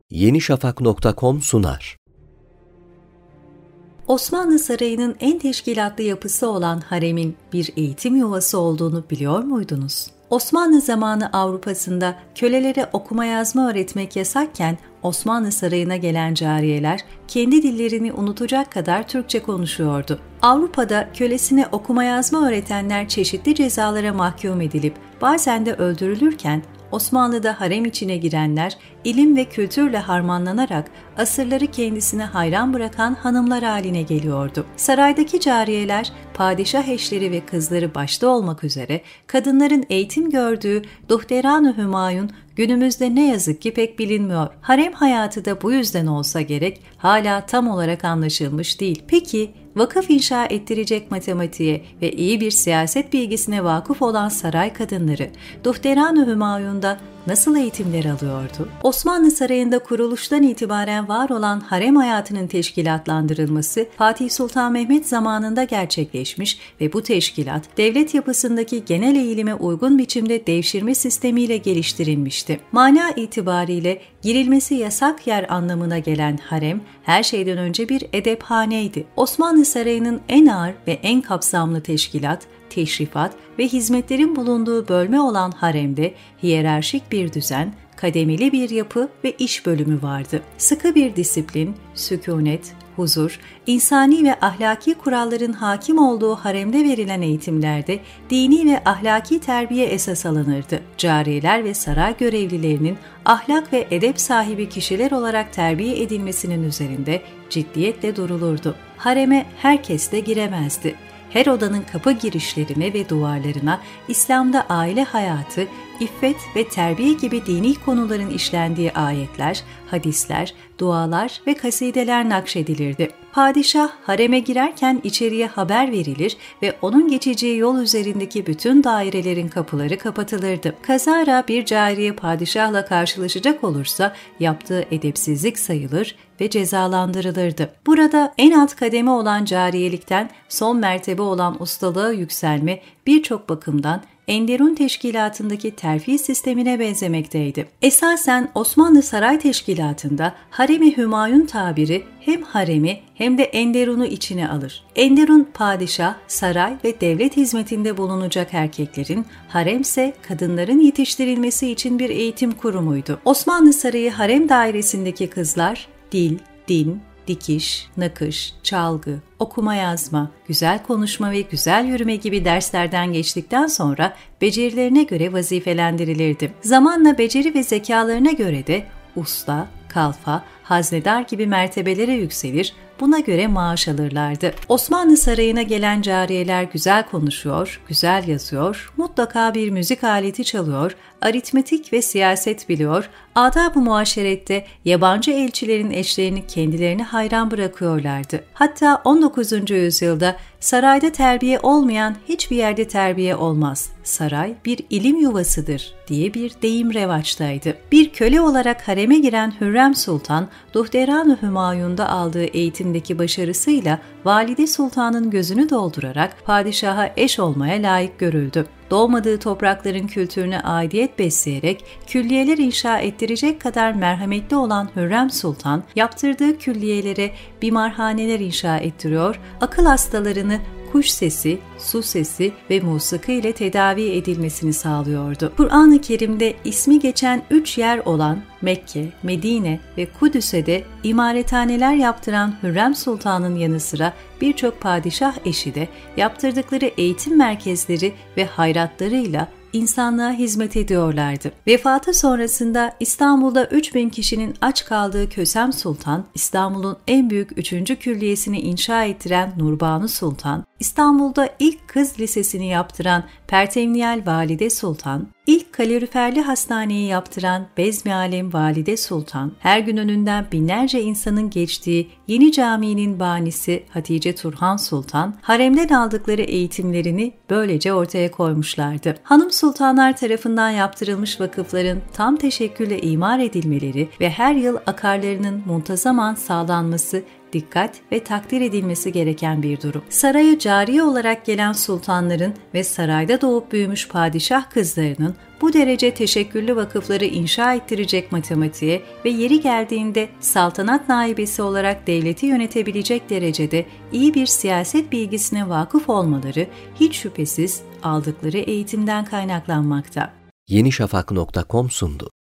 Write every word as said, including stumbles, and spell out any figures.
yeni şafak nokta com sunar. Osmanlı Sarayı'nın en teşkilatlı yapısı olan haremin bir eğitim yuvası olduğunu biliyor muydunuz? Osmanlı zamanı Avrupa'sında kölelere okuma yazma öğretmek yasakken Osmanlı Sarayı'na gelen cariyeler kendi dillerini unutacak kadar Türkçe konuşuyordu. Avrupa'da kölesine okuma yazma öğretenler çeşitli cezalara mahkum edilip bazen de öldürülürken Osmanlı'da harem içine girenler ilim ve kültürle harmanlanarak asırları kendisine hayran bırakan hanımlar haline geliyordu. Saraydaki cariyeler, padişah eşleri ve kızları başta olmak üzere kadınların eğitim gördüğü Duhteran-ı Hümayun günümüzde ne yazık ki pek bilinmiyor. Harem hayatı da bu yüzden olsa gerek hala tam olarak anlaşılmış değil. Peki vakıf inşa ettirecek matematiğe ve iyi bir siyaset bilgisine vakıf olan saray kadınları Duhteran-ı Hümayun'da nasıl eğitimler alıyordu? Osmanlı Sarayı'nda kuruluştan itibaren var olan harem hayatının teşkilatlandırılması Fatih Sultan Mehmet zamanında gerçekleşmiş ve bu teşkilat devlet yapısındaki genel eğilime uygun biçimde devşirme sistemiyle geliştirilmişti. Mana itibariyle girilmesi yasak yer anlamına gelen harem her şeyden önce bir edephaneydi. Osmanlı Sarayı'nın en ağır ve en kapsamlı teşkilat, teşrifat ve hizmetlerin bulunduğu bölme olan haremde hiyerarşik bir düzen, kademeli bir yapı ve iş bölümü vardı. Sıkı bir disiplin, sükunet, huzur, insani ve ahlaki kuralların hakim olduğu haremde verilen eğitimlerde dini ve ahlaki terbiye esas alınırdı. Cariyeler ve saray görevlilerinin ahlak ve edep sahibi kişiler olarak terbiye edilmesinin üzerinde ciddiyetle durulurdu. Hareme herkes de giremezdi. Her odanın kapı girişlerine ve duvarlarına İslam'da aile hayatı, iffet ve terbiye gibi dini konuların işlendiği ayetler, hadisler, dualar ve kasideler nakşedilirdi. Padişah hareme girerken içeriye haber verilir ve onun geçeceği yol üzerindeki bütün dairelerin kapıları kapatılırdı. Kazara bir cariye padişahla karşılaşacak olursa yaptığı edepsizlik sayılır ve cezalandırılırdı. Burada en alt kademe olan cariyelikten son mertebe olan ustalığa yükselme birçok bakımdan Enderun teşkilatındaki terfi sistemine benzemekteydi. Esasen Osmanlı Saray Teşkilatı'nda harem-i Hümayun tabiri hem haremi hem de Enderun'u içine alır. Enderun padişah, saray ve devlet hizmetinde bulunacak erkeklerin, haremse kadınların yetiştirilmesi için bir eğitim kurumuydu. Osmanlı Sarayı harem dairesindeki kızlar dil, din, dikiş, nakış, çalgı, okuma yazma, güzel konuşma ve güzel yürüme gibi derslerden geçtikten sonra becerilerine göre vazifelendirilirdi. Zamanla beceri ve zekalarına göre de usta, kalfa, haznedar gibi mertebelere yükselir, buna göre maaş alırlardı. Osmanlı Sarayı'na gelen cariyeler güzel konuşuyor, güzel yazıyor, mutlaka bir müzik aleti çalıyor, aritmetik ve siyaset biliyor, adab-ı muaşerette yabancı elçilerin eşlerini kendilerine hayran bırakıyorlardı. Hatta on dokuzuncu yüzyılda sarayda terbiye olmayan hiçbir yerde terbiye olmaz. Saray bir ilim yuvasıdır diye bir deyim revaçtaydı. Bir köle olarak hareme giren Hürrem Sultan, Duhteran-ı Hümayun'da aldığı eğitimdeki başarısıyla Valide Sultan'ın gözünü doldurarak padişaha eş olmaya layık görüldü. Doğmadığı toprakların kültürüne aidiyet besleyerek külliyeler inşa ettirecek kadar merhametli olan Hürrem Sultan, yaptırdığı külliyelere bimarhaneler inşa ettiriyor, akıl hastalarını kuş sesi, su sesi ve musiki ile tedavi edilmesini sağlıyordu. Kur'an-ı Kerim'de ismi geçen üç yer olan Mekke, Medine ve Kudüs'e de imarethaneler yaptıran Hürrem Sultan'ın yanı sıra birçok padişah eşi de yaptırdıkları eğitim merkezleri ve hayratlarıyla insanlığa hizmet ediyorlardı. Vefatı sonrasında İstanbul'da üç bin kişinin aç kaldığı Kösem Sultan, İstanbul'un en büyük üçüncü külliyesini inşa ettiren Nurbanu Sultan, İstanbul'da ilk kız lisesini yaptıran Pertevniyel Valide Sultan, ilk kaloriferli hastaneyi yaptıran Bezmi Alem Valide Sultan, her gün önünden binlerce insanın geçtiği Yeni Camii'nin banisi Hatice Turhan Sultan, haremden aldıkları eğitimlerini böylece ortaya koymuşlardı. Hanım sultanlar tarafından yaptırılmış vakıfların tam teşekkülle imar edilmeleri ve her yıl akarlarının muntazaman sağlanması dikkat ve takdir edilmesi gereken bir durum. Saraya cariye olarak gelen sultanların ve sarayda doğup büyümüş padişah kızlarının bu derece teşekküllü vakıfları inşa ettirecek matematiğe ve yeri geldiğinde saltanat naibesi olarak devleti yönetebilecek derecede iyi bir siyaset bilgisine vakıf olmaları hiç şüphesiz aldıkları eğitimden kaynaklanmakta. yenişafak nokta com sundu.